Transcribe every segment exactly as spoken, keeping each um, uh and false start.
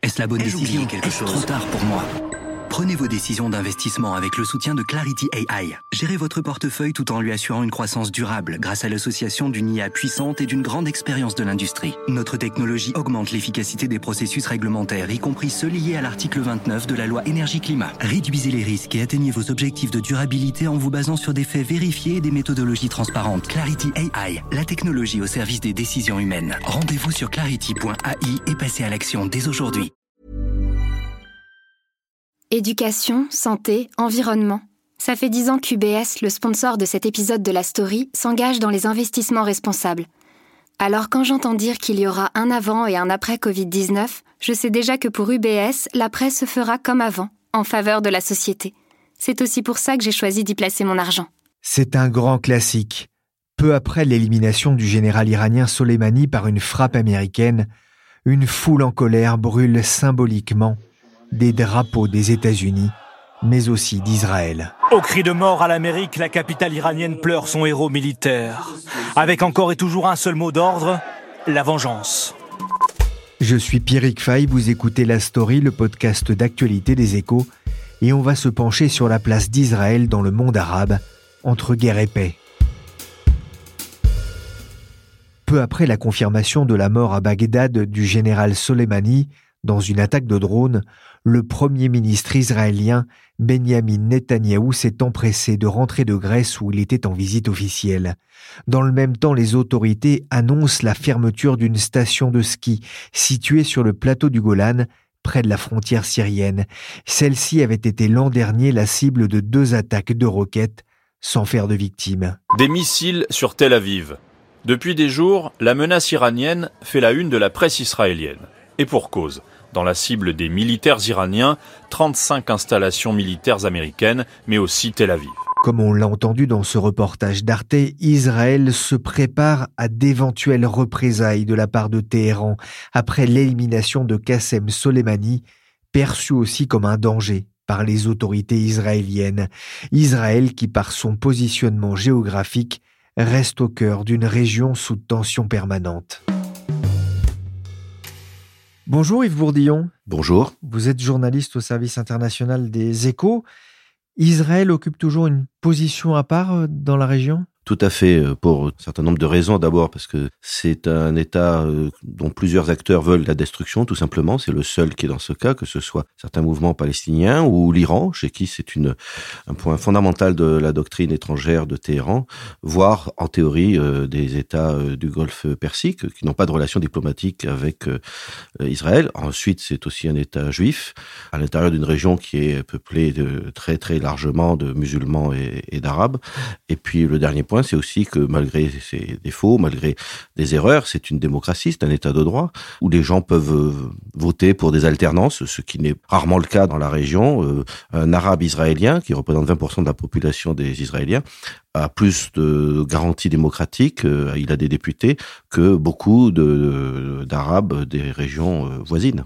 Est-ce la bonne Ai-je décision? oublié quelque Est-ce chose? trop tard pour moi? Prenez vos décisions d'investissement avec le soutien de Clarity A I. Gérez votre portefeuille tout en lui assurant une croissance durable grâce à l'association d'une I A puissante et d'une grande expérience de l'industrie. Notre technologie augmente l'efficacité des processus réglementaires, y compris ceux liés à l'article vingt-neuf de la loi énergie-climat. Réduisez les risques et atteignez vos objectifs de durabilité en vous basant sur des faits vérifiés et des méthodologies transparentes. Clarity A I, la technologie au service des décisions humaines. Rendez-vous sur clarity point A I et passez à l'action dès aujourd'hui. Éducation, santé, environnement. Ça fait dix ans qu'U B S, le sponsor de cet épisode de la story, s'engage dans les investissements responsables. Alors quand j'entends dire qu'il y aura un avant et un après covid dix-neuf, je sais déjà que pour U B S, l'après se fera comme avant, en faveur de la société. C'est aussi pour ça que j'ai choisi d'y placer mon argent. C'est un grand classique. Peu après l'élimination du général iranien Soleimani par une frappe américaine, une foule en colère brûle symboliquement des drapeaux des États-Unis, mais aussi d'Israël. Au cri de mort à l'Amérique, la capitale iranienne pleure son héros militaire. Avec encore et toujours un seul mot d'ordre, la vengeance. Je suis Pierrick Fay, vous écoutez La Story, le podcast d'actualité des Échos, et on va se pencher sur la place d'Israël dans le monde arabe, entre guerre et paix. Peu après la confirmation de la mort à Bagdad du général Soleimani, dans une attaque de drone, le Premier ministre israélien Benyamin Netanyahou s'est empressé de rentrer de Grèce où il était en visite officielle. Dans le même temps, les autorités annoncent la fermeture d'une station de ski située sur le plateau du Golan, près de la frontière syrienne. Celle-ci avait été l'an dernier la cible de deux attaques de roquettes, sans faire de victimes. Des missiles sur Tel Aviv. Depuis des jours, la menace iranienne fait la une de la presse israélienne. Et pour cause. Dans la cible des militaires iraniens, trente-cinq installations militaires américaines, mais aussi Tel Aviv. Comme on l'a entendu dans ce reportage d'Arte, Israël se prépare à d'éventuelles représailles de la part de Téhéran après l'élimination de Qassem Soleimani, perçu aussi comme un danger par les autorités israéliennes. Israël qui, par son positionnement géographique, reste au cœur d'une région sous tension permanente. Bonjour Yves Bourdillon. Bonjour. Vous êtes journaliste au service international des Échos. Israël occupe toujours une position à part dans la région ? Tout à fait, pour un certain nombre de raisons. D'abord parce que c'est un État dont plusieurs acteurs veulent la destruction, tout simplement. C'est le seul qui est dans ce cas, que ce soit certains mouvements palestiniens ou l'Iran, chez qui c'est une, un point fondamental de la doctrine étrangère de Téhéran, voire en théorie euh, des États euh, du Golfe Persique qui n'ont pas de relations diplomatiques avec euh, Israël. Ensuite, c'est aussi un État juif à l'intérieur d'une région qui est peuplée de, très très largement de musulmans et, et d'arabes. Et puis le dernier point, c'est aussi que malgré ses défauts, malgré des erreurs, c'est une démocratie, c'est un état de droit où les gens peuvent voter pour des alternances, ce qui n'est rarement le cas dans la région. Un arabe israélien, qui représente vingt pour cent de la population des Israéliens, a plus de garanties démocratiques, il a des députés, que beaucoup de, d'arabes des régions voisines.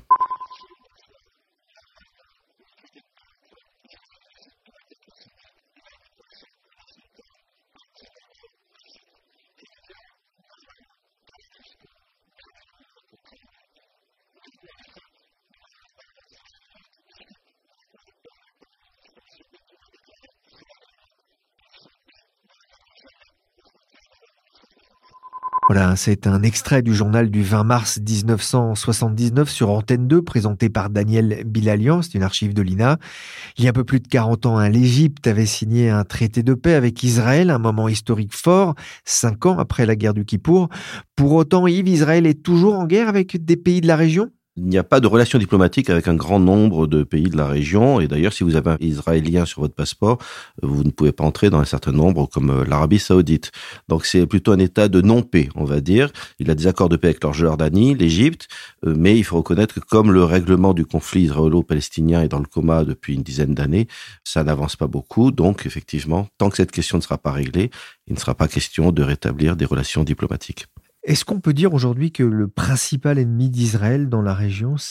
Voilà, c'est un extrait du journal du vingt mars dix-neuf cent soixante-dix-neuf sur Antenne deux, présenté par Daniel Bilalian, c'est une archive de l'I N A. Il y a un peu plus de quarante ans, hein, l'Égypte avait signé un traité de paix avec Israël, un moment historique fort, cinq ans après la guerre du Kippour. Pour autant, Yves, Israël est toujours en guerre avec des pays de la région ? Il n'y a pas de relations diplomatiques avec un grand nombre de pays de la région. Et d'ailleurs, si vous avez un Israélien sur votre passeport, vous ne pouvez pas entrer dans un certain nombre comme l'Arabie Saoudite. Donc c'est plutôt un état de non-paix, on va dire. Il a des accords de paix avec la Jordanie, l'Égypte, mais il faut reconnaître que comme le règlement du conflit israélo-palestinien est dans le coma depuis une dizaine d'années, ça n'avance pas beaucoup. Donc effectivement, tant que cette question ne sera pas réglée, il ne sera pas question de rétablir des relations diplomatiques. Est-ce qu'on peut dire aujourd'hui que le principal ennemi d'Israël dans la région, c'est l'Iran ?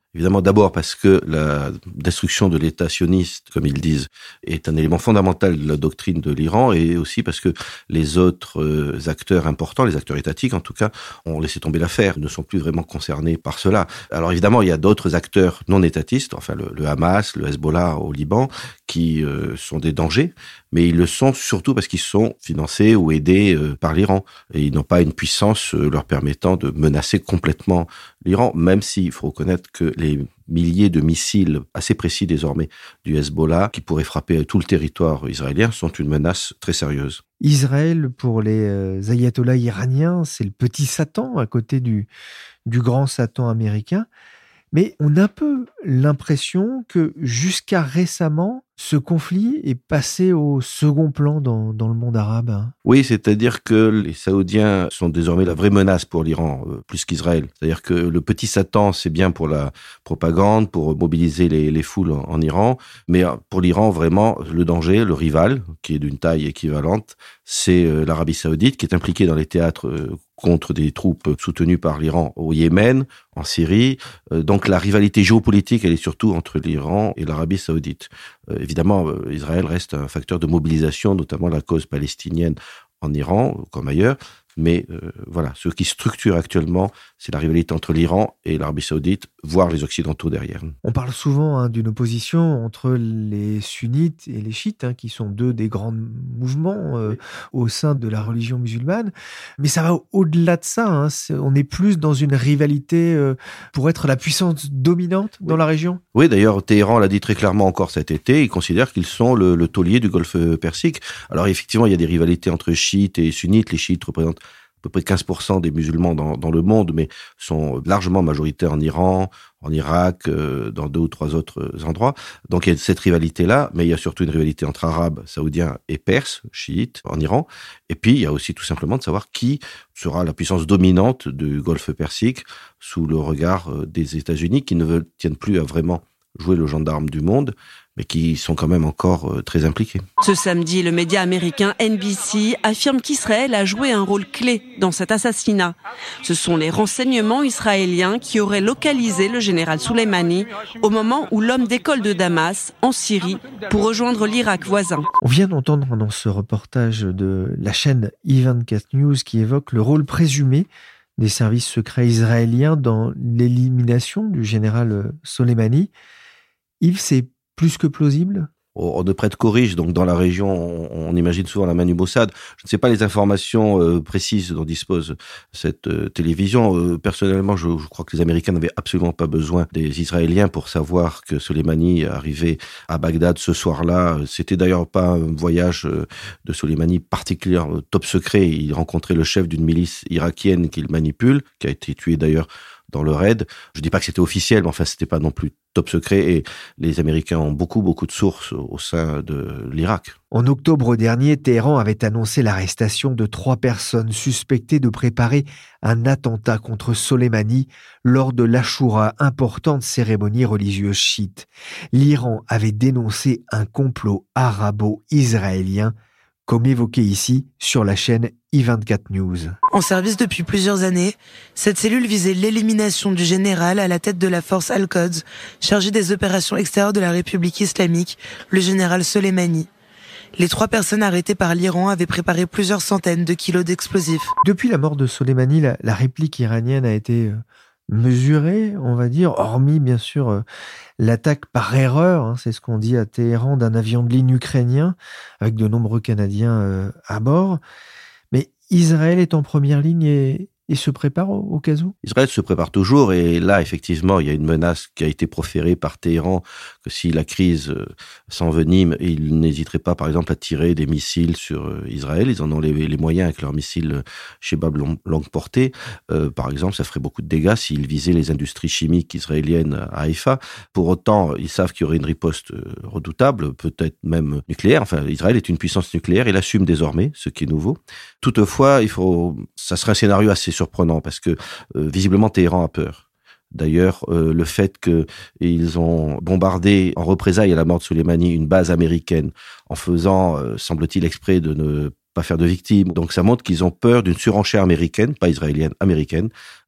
Évidemment, d'abord parce que la destruction de l'État sioniste, comme ils disent, est un élément fondamental de la doctrine de l'Iran, et aussi parce que les autres acteurs importants, les acteurs étatiques en tout cas, ont laissé tomber l'affaire, ne sont plus vraiment concernés par cela. Alors évidemment, il y a d'autres acteurs non étatistes, enfin le, le Hamas, le Hezbollah au Liban, qui euh, sont des dangers, mais ils le sont surtout parce qu'ils sont financés ou aidés euh, par l'Iran, et ils n'ont pas une puissance euh, leur permettant de menacer complètement l'Iran, même s'il faut reconnaître que les milliers de missiles assez précis désormais du Hezbollah, qui pourraient frapper tout le territoire israélien, sont une menace très sérieuse. Israël, pour les euh, ayatollahs iraniens, c'est le petit Satan à côté du, du grand Satan américain. Mais on a un peu l'impression que jusqu'à récemment, ce conflit est passé au second plan dans, dans le monde arabe. Oui, c'est-à-dire que les Saoudiens sont désormais la vraie menace pour l'Iran, euh, plus qu'Israël. C'est-à-dire que le petit Satan, c'est bien pour la propagande, pour mobiliser les, les foules en, en Iran, mais pour l'Iran, vraiment, le danger, le rival, qui est d'une taille équivalente, c'est euh, l'Arabie Saoudite, qui est impliquée dans les théâtres euh, contre des troupes soutenues par l'Iran au Yémen, en Syrie. Euh, donc la rivalité géopolitique, elle est surtout entre l'Iran et l'Arabie Saoudite. Euh, évidemment, euh, Israël reste un facteur de mobilisation, notamment la cause palestinienne en Iran, comme ailleurs. Mais euh, voilà, ce qui structure actuellement, c'est la rivalité entre l'Iran et l'Arabie Saoudite, voire les Occidentaux derrière. On parle souvent hein, d'une opposition entre les sunnites et les chiites, hein, qui sont deux des grands mouvements euh, au sein de la religion musulmane. Mais ça va au-delà de ça. Hein. C'est, on est plus dans une rivalité euh, pour être la puissance dominante dans oui. la région. Oui, d'ailleurs, Téhéran l'a dit très clairement encore cet été. Ils considèrent qu'ils sont le, le taulier du Golfe Persique. Alors effectivement, il y a des rivalités entre chiites et sunnites. Les chiites représentent à peu près quinze pour cent des musulmans dans, dans le monde, mais sont largement majoritaires en Iran, en Irak, euh, dans deux ou trois autres endroits. Donc il y a cette rivalité-là, mais il y a surtout une rivalité entre Arabes, Saoudiens et Perses, chiites, en Iran. Et puis il y a aussi tout simplement de savoir qui sera la puissance dominante du Golfe Persique sous le regard des États-Unis, qui ne veulent, tiennent plus à vraiment jouer le gendarme du monde, mais qui sont quand même encore euh, très impliqués. Ce samedi, le média américain N B C affirme qu'Israël a joué un rôle clé dans cet assassinat. Ce sont les renseignements israéliens qui auraient localisé le général Soleimani au moment où l'homme décolle de Damas, en Syrie, pour rejoindre l'Irak voisin. On vient d'entendre dans ce reportage de la chaîne I vingt-quatre News qui évoque le rôle présumé des services secrets israéliens dans l'élimination du général Soleimani. Yves, c'est plus que plausible ? On ne prête qu'aux riches, donc dans la région, on, on imagine souvent la main du Mossad. Je ne sais pas les informations euh, précises dont dispose cette euh, télévision. Euh, personnellement, je, je crois que les Américains n'avaient absolument pas besoin des Israéliens pour savoir que Soleimani arrivait à Bagdad ce soir-là. C'était d'ailleurs pas un voyage euh, de Soleimani particulier, euh, top secret. Il rencontrait le chef d'une milice irakienne qu'il manipule, qui a été tué d'ailleurs dans le raid. Je dis pas que c'était officiel, mais enfin, c'était pas non plus top secret, et les Américains ont beaucoup, beaucoup de sources au sein de l'Irak. En octobre dernier, Téhéran avait annoncé l'arrestation de trois personnes suspectées de préparer un attentat contre Soleimani lors de l'Achoura, importante cérémonie religieuse chiite. L'Iran avait dénoncé un complot arabo-israélien, comme évoqué ici sur la chaîne I vingt-quatre News. En service depuis plusieurs années, cette cellule visait l'élimination du général à la tête de la force Al-Quds, chargé des opérations extérieures de la République islamique, le général Soleimani. Les trois personnes arrêtées par l'Iran avaient préparé plusieurs centaines de kilos d'explosifs. Depuis la mort de Soleimani, la, la réplique iranienne a été mesurée, on va dire, hormis bien sûr euh, l'attaque par erreur, hein, c'est ce qu'on dit à Téhéran, d'un avion de ligne ukrainien avec de nombreux Canadiens euh, à bord. Mais Israël est en première ligne et, et se prépare au, au cas où. Israël se prépare toujours, et là, effectivement, il y a une menace qui a été proférée par Téhéran, que si la crise euh, s'envenime, ils n'hésiteraient pas, par exemple, à tirer des missiles sur euh, Israël. Ils en ont les, les moyens avec leurs missiles Shebab long, longue portée. Euh, par exemple, ça ferait beaucoup de dégâts s'ils visaient les industries chimiques israéliennes à Haïfa. Pour autant, ils savent qu'il y aurait une riposte euh, redoutable, peut-être même nucléaire. Enfin, Israël est une puissance nucléaire, il l'assume désormais, ce qui est nouveau. Toutefois, il faut, ça serait un scénario assez surprenant, parce que euh, visiblement Téhéran a peur. D'ailleurs, euh, le fait qu'ils ont bombardé en représailles à la mort de Soleimani une base américaine, en faisant, euh, semble-t-il, exprès de ne pas faire de victimes. Donc ça montre qu'ils ont peur d'une surenchère américaine, pas israélienne, américaine,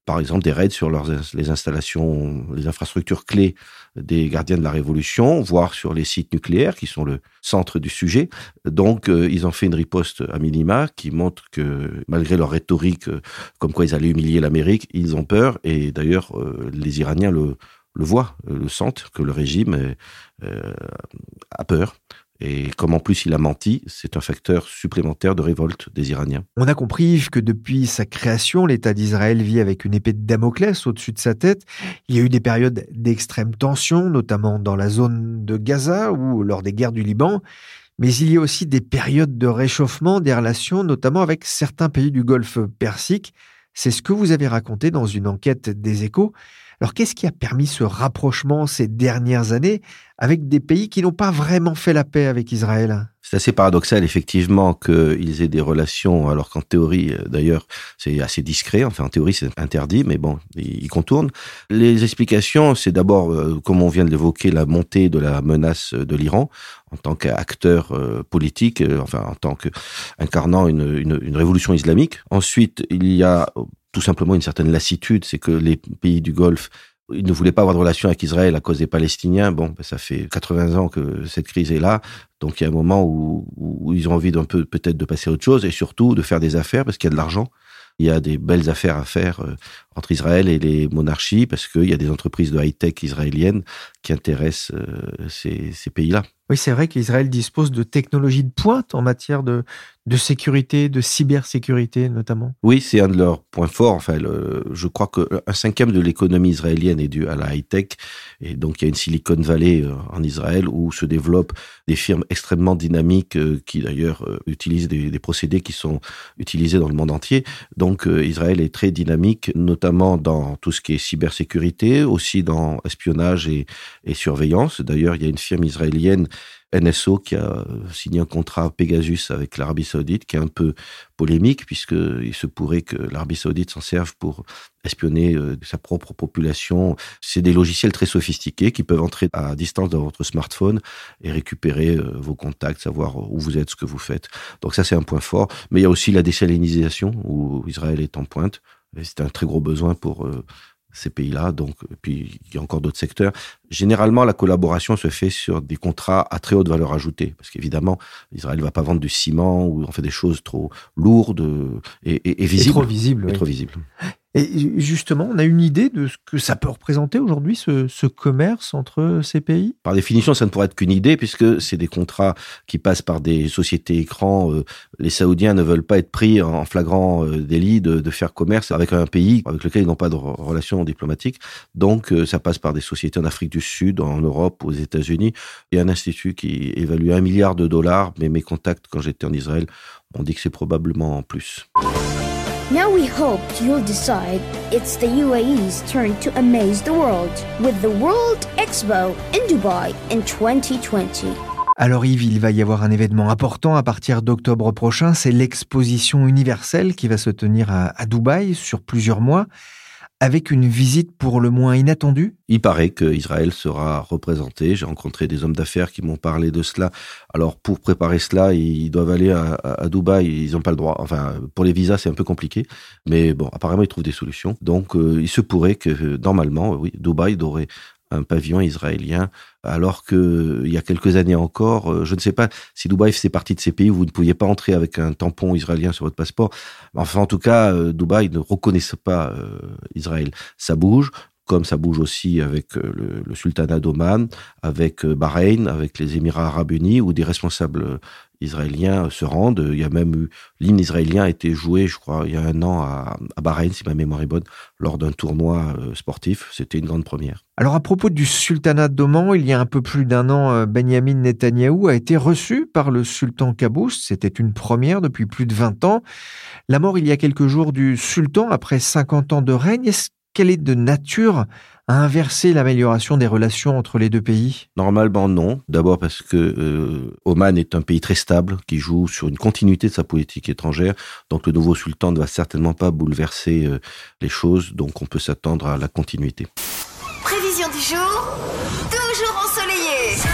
par exemple des raids sur leurs, les installations, les infrastructures clés des gardiens de la Révolution, voire sur les sites nucléaires qui sont le centre du sujet. Donc, euh, ils ont fait une riposte à minima qui montre que, malgré leur rhétorique, euh, comme quoi ils allaient humilier l'Amérique, ils ont peur. Et d'ailleurs, euh, les Iraniens le, le voient, le sentent, que le régime est, euh, a peur. Et comme en plus il a menti, c'est un facteur supplémentaire de révolte des Iraniens. On a compris, Yves, que depuis sa création, l'État d'Israël vit avec une épée de Damoclès au-dessus de sa tête. Il y a eu des périodes d'extrême tension, notamment dans la zone de Gaza ou lors des guerres du Liban. Mais il y a aussi des périodes de réchauffement des relations, notamment avec certains pays du Golfe Persique. C'est ce que vous avez raconté dans une enquête des Échos. Alors, qu'est-ce qui a permis ce rapprochement ces dernières années avec des pays qui n'ont pas vraiment fait la paix avec Israël ? C'est assez paradoxal, effectivement, qu'ils aient des relations, alors qu'en théorie, d'ailleurs, c'est assez discret. Enfin, en théorie, c'est interdit, mais bon, ils contournent. Les explications, c'est d'abord, comme on vient de l'évoquer, la montée de la menace de l'Iran en tant qu'acteur politique, enfin, en tant qu'incarnant une, une, une révolution islamique. Ensuite, il y a tout simplement une certaine lassitude, c'est que les pays du Golfe, ils ne voulaient pas avoir de relation avec Israël à cause des Palestiniens. Bon, ben ça fait quatre-vingts ans que cette crise est là, donc il y a un moment où, où ils ont envie d'un peu peut-être de passer à autre chose et surtout de faire des affaires parce qu'il y a de l'argent. Il y a des belles affaires à faire euh, entre Israël et les monarchies parce qu'il y a des entreprises de high-tech israéliennes qui intéressent euh, ces, ces pays-là. Oui, c'est vrai qu'Israël dispose de technologies de pointe en matière de, de sécurité, de cybersécurité notamment. Oui, c'est un de leurs points forts. Enfin, le, je crois qu'un cinquième de l'économie israélienne est dû à la high-tech. Et donc, il y a une Silicon Valley en Israël où se développent des firmes extrêmement dynamiques qui, d'ailleurs, utilisent des, des procédés qui sont utilisés dans le monde entier. Donc, Israël est très dynamique, notamment dans tout ce qui est cybersécurité, aussi dans espionnage et, et surveillance. D'ailleurs, il y a une firme israélienne N S O qui a signé un contrat Pegasus avec l'Arabie Saoudite qui est un peu polémique puisqu'il se pourrait que l'Arabie Saoudite s'en serve pour espionner euh, sa propre population. C'est des logiciels très sophistiqués qui peuvent entrer à distance dans votre smartphone et récupérer euh, vos contacts, savoir où vous êtes, ce que vous faites. Donc ça, c'est un point fort. Mais il y a aussi la désalinisation où Israël est en pointe. Et c'est un très gros besoin pour euh, ces pays-là. Donc, puis il y a encore d'autres secteurs. Généralement, la collaboration se fait sur des contrats à très haute valeur ajoutée, parce qu'évidemment, Israël ne va pas vendre du ciment ou on fait des choses trop lourdes et, et, et visibles. Et trop visibles. Et oui. trop visibles. Et justement, on a une idée de ce que ça peut représenter aujourd'hui, ce, ce commerce entre ces pays ? Par définition, ça ne pourrait être qu'une idée, puisque c'est des contrats qui passent par des sociétés écrans. Les Saoudiens ne veulent pas être pris en flagrant délit de, de faire commerce avec un pays avec lequel ils n'ont pas de relations diplomatiques. Donc, ça passe par des sociétés en Afrique du Sud, en Europe, aux États-Unis. Il y a un institut qui évalue un milliard de dollars, mais mes contacts, quand j'étais en Israël, ont dit que c'est probablement en plus. Now we hope you'll decide it's the U A E's turn to amaze the world with the World Expo in Dubai in twenty twenty. Alors Yves, il va y avoir un événement important à partir d'octobre prochain, c'est l'exposition universelle qui va se tenir à, à Dubaï sur plusieurs mois, avec une visite pour le moins inattendue. Il paraît qu'Israël sera représenté. J'ai rencontré des hommes d'affaires qui m'ont parlé de cela. Alors, pour préparer cela, ils doivent aller à, à, à Dubaï. Ils n'ont pas le droit. Enfin, pour les visas, c'est un peu compliqué. Mais bon, apparemment, ils trouvent des solutions. Donc, euh, il se pourrait que, normalement, oui, Dubaï aurait un pavillon israélien, alors que il y a quelques années encore, je ne sais pas si Dubaï faisait partie de ces pays où vous ne pouviez pas entrer avec un tampon israélien sur votre passeport. Enfin, en tout cas, Dubaï ne reconnaissait pas euh, Israël. Ça bouge, comme ça bouge aussi avec le, le sultanat d'Oman, avec Bahreïn, avec les Émirats arabes unis, où des responsables israéliens se rendent. Il y a même eu, l'hymne israélien a été joué, je crois, il y a un an à, à Bahreïn, si ma mémoire est bonne, lors d'un tournoi sportif. C'était une grande première. Alors, à propos du sultanat d'Oman, il y a un peu plus d'un an, Benyamin Netanyahou a été reçu par le sultan Qaboos. C'était une première depuis plus de vingt ans. La mort, il y a quelques jours, du sultan, après cinquante ans de règne, est-ce qu'elle est de nature à inverser l'amélioration des relations entre les deux pays ? Normalement, non. D'abord parce que euh, Oman est un pays très stable qui joue sur une continuité de sa politique étrangère. Donc, le nouveau sultan ne va certainement pas bouleverser euh, les choses. Donc, on peut s'attendre à la continuité. Prévision du jour, toujours ensoleillé.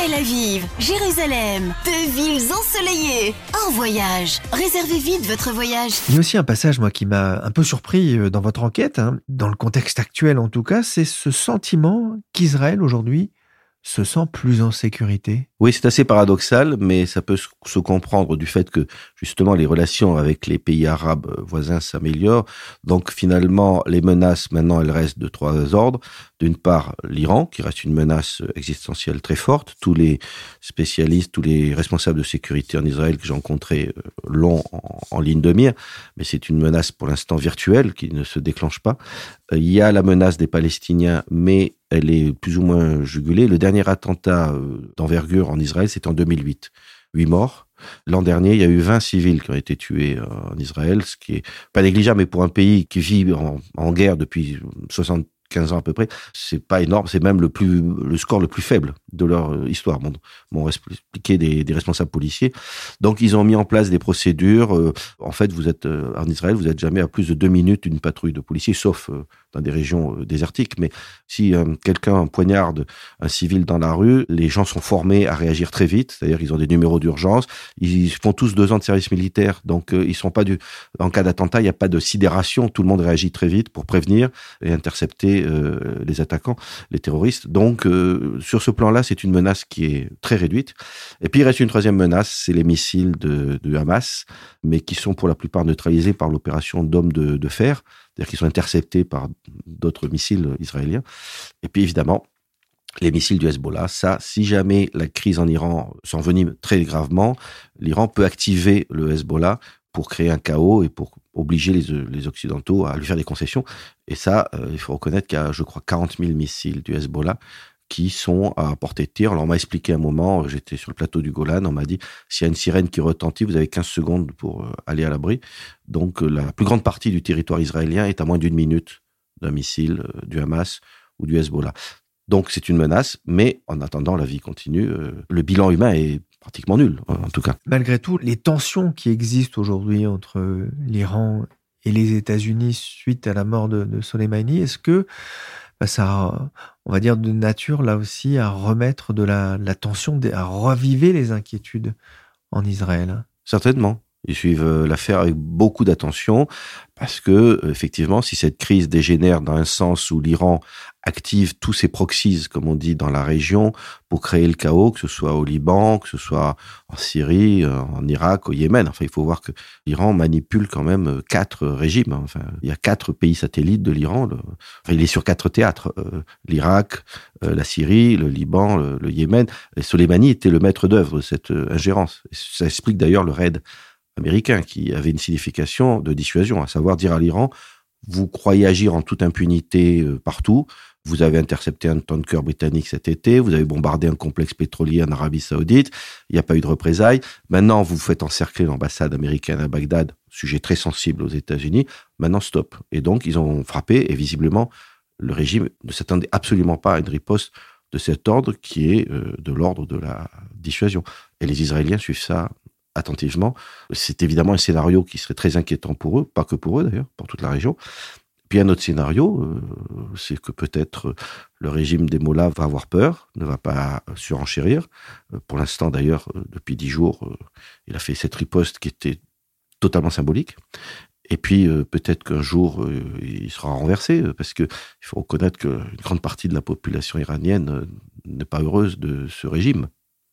Tel Aviv, Jérusalem, deux villes ensoleillées. En voyage. Réservez vite votre voyage. Il y a aussi un passage, moi, qui m'a un peu surpris dans votre enquête, hein, dans le contexte actuel en tout cas, c'est ce sentiment qu'Israël aujourd'hui se sent plus en sécurité. Oui, c'est assez paradoxal, mais ça peut se comprendre du fait que, justement, les relations avec les pays arabes voisins s'améliorent. Donc, finalement, les menaces, maintenant, elles restent de trois ordres. D'une part, l'Iran, qui reste une menace existentielle très forte. Tous les spécialistes, tous les responsables de sécurité en Israël que j'ai rencontrés l'ont en, en ligne de mire, mais c'est une menace pour l'instant virtuelle qui ne se déclenche pas. Il y a la menace des Palestiniens, mais elle est plus ou moins jugulée. Le dernier attentat d'envergure en Israël, c'était en deux mille huit. Huit morts. L'an dernier, il y a eu vingt civils qui ont été tués en Israël, ce qui est pas négligeable, mais pour un pays qui vit en, en guerre depuis soixante-quinze ans à peu près, c'est pas énorme, c'est même le plus, le score le plus faible de leur histoire, m'ont, m'ont expliqué des, des responsables policiers. Donc, ils ont mis en place des procédures. Euh, en fait, vous êtes, euh, en Israël, vous êtes jamais à plus de deux minutes d'une patrouille de policiers, sauf euh, dans des régions euh, désertiques. Mais si euh, quelqu'un poignarde un civil dans la rue, les gens sont formés à réagir très vite. C'est-à-dire, ils ont des numéros d'urgence. Ils font tous deux ans de service militaire. Donc, euh, ils sont pas du, en cas d'attentat, il n'y a pas de sidération. Tout le monde réagit très vite pour prévenir et intercepter euh, les attaquants, les terroristes. Donc, euh, sur ce plan-là, c'est une menace qui est très réduite. Et puis, il reste une troisième menace, c'est les missiles de, de Hamas, mais qui sont pour la plupart neutralisés par l'opération Dôme de, de fer, c'est-à-dire qu'ils sont interceptés par d'autres missiles israéliens. Et puis, évidemment, les missiles du Hezbollah, ça, si jamais la crise en Iran s'envenime très gravement, l'Iran peut activer le Hezbollah pour créer un chaos et pour obliger les, les Occidentaux à lui faire des concessions. Et ça, euh, il faut reconnaître qu'il y a, je crois, quarante mille missiles du Hezbollah qui sont à portée de tir. Alors, on m'a expliqué un moment, j'étais sur le plateau du Golan, on m'a dit, s'il y a une sirène qui retentit, vous avez quinze secondes pour aller à l'abri. Donc, la plus grande partie du territoire israélien est à moins d'une minute d'un missile du Hamas ou du Hezbollah. Donc, c'est une menace, mais en attendant, la vie continue. Le bilan humain est pratiquement nul, en tout cas. Malgré tout, les tensions qui existent aujourd'hui entre l'Iran et les États-Unis suite à la mort de, de Soleimani, est-ce que bah, ça, on va dire, de nature, là aussi, à remettre de la, de la tension, à raviver les inquiétudes en Israël? Certainement. Ils suivent l'affaire avec beaucoup d'attention parce que, effectivement, si cette crise dégénère dans un sens où l'Iran active tous ses proxies, comme on dit, dans la région pour créer le chaos, que ce soit au Liban, que ce soit en Syrie, en Irak, au Yémen. Enfin, il faut voir que l'Iran manipule quand même quatre régimes. Enfin, il y a quatre pays satellites de l'Iran. Le... Enfin, il est sur quatre théâtres. Euh, L'Irak, euh, la Syrie, le Liban, le, le Yémen. Et Soleimani était le maître d'œuvre de cette euh, ingérence. Et ça explique d'ailleurs le raid américain qui avait une signification de dissuasion, à savoir dire à l'Iran, vous croyez agir en toute impunité euh, partout, vous avez intercepté un tanker britannique cet été, vous avez bombardé un complexe pétrolier en Arabie Saoudite, il n'y a pas eu de représailles, maintenant vous faites encercler l'ambassade américaine à Bagdad, sujet très sensible aux États-Unis, maintenant stop. Et donc ils ont frappé, et visiblement le régime ne s'attendait absolument pas à une riposte de cet ordre qui est euh, de l'ordre de la dissuasion. Et les Israéliens suivent ça attentivement. C'est évidemment un scénario qui serait très inquiétant pour eux, pas que pour eux d'ailleurs, pour toute la région. Puis un autre scénario, euh, c'est que peut-être le régime des Mollahs va avoir peur, ne va pas surenchérir. Euh, pour l'instant d'ailleurs, euh, depuis dix jours, euh, il a fait cette riposte qui était totalement symbolique. Et puis euh, peut-être qu'un jour, euh, il sera renversé, parce que il faut reconnaître qu'une grande partie de la population iranienne euh, n'est pas heureuse de ce régime.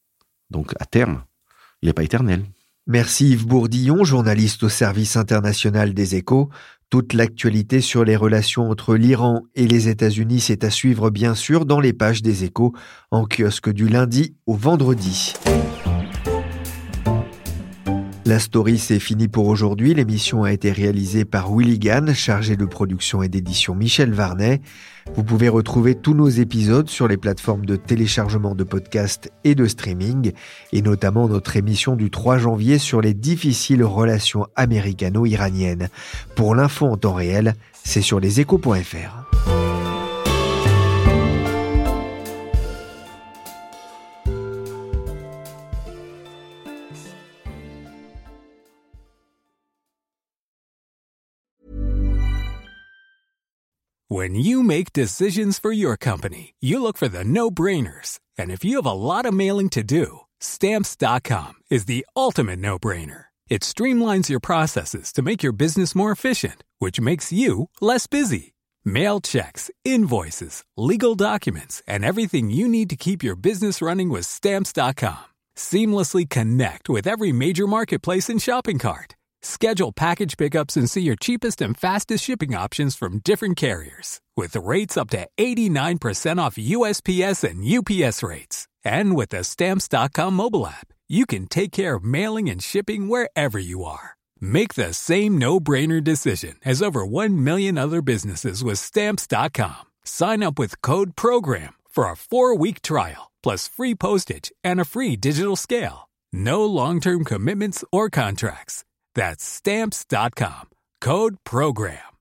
Donc à terme, il n'est pas éternel. Merci Yves Bourdillon, journaliste au service international des Échos. Toute l'actualité sur les relations entre l'Iran et les États-Unis, c'est à suivre bien sûr dans les pages des Échos, en kiosque du lundi au vendredi. La story, c'est fini pour aujourd'hui. L'émission a été réalisée par Willy Gann, chargé de production et d'édition Michel Varnet. Vous pouvez retrouver tous nos épisodes sur les plateformes de téléchargement de podcasts et de streaming, et notamment notre émission du trois janvier sur les difficiles relations américano-iraniennes. Pour l'info en temps réel, c'est sur leséchos point f r. When you make decisions for your company, you look for the no-brainers. And if you have a lot of mailing to do, Stamps dot com is the ultimate no-brainer. It streamlines your processes to make your business more efficient, which makes you less busy. Mail checks, invoices, legal documents, and everything you need to keep your business running with Stamps dot com. Seamlessly connect with every major marketplace and shopping cart. Schedule package pickups and see your cheapest and fastest shipping options from different carriers, with rates up to eighty-nine percent off U S P S and U P S rates. And with the Stamps dot com mobile app, you can take care of mailing and shipping wherever you are. Make the same no-brainer decision as over one million other businesses with Stamps dot com. Sign up with code PROGRAM for a four-week trial, plus free postage and a free digital scale. No long-term commitments or contracts. That's Stamps dot com. Code PROGRAM.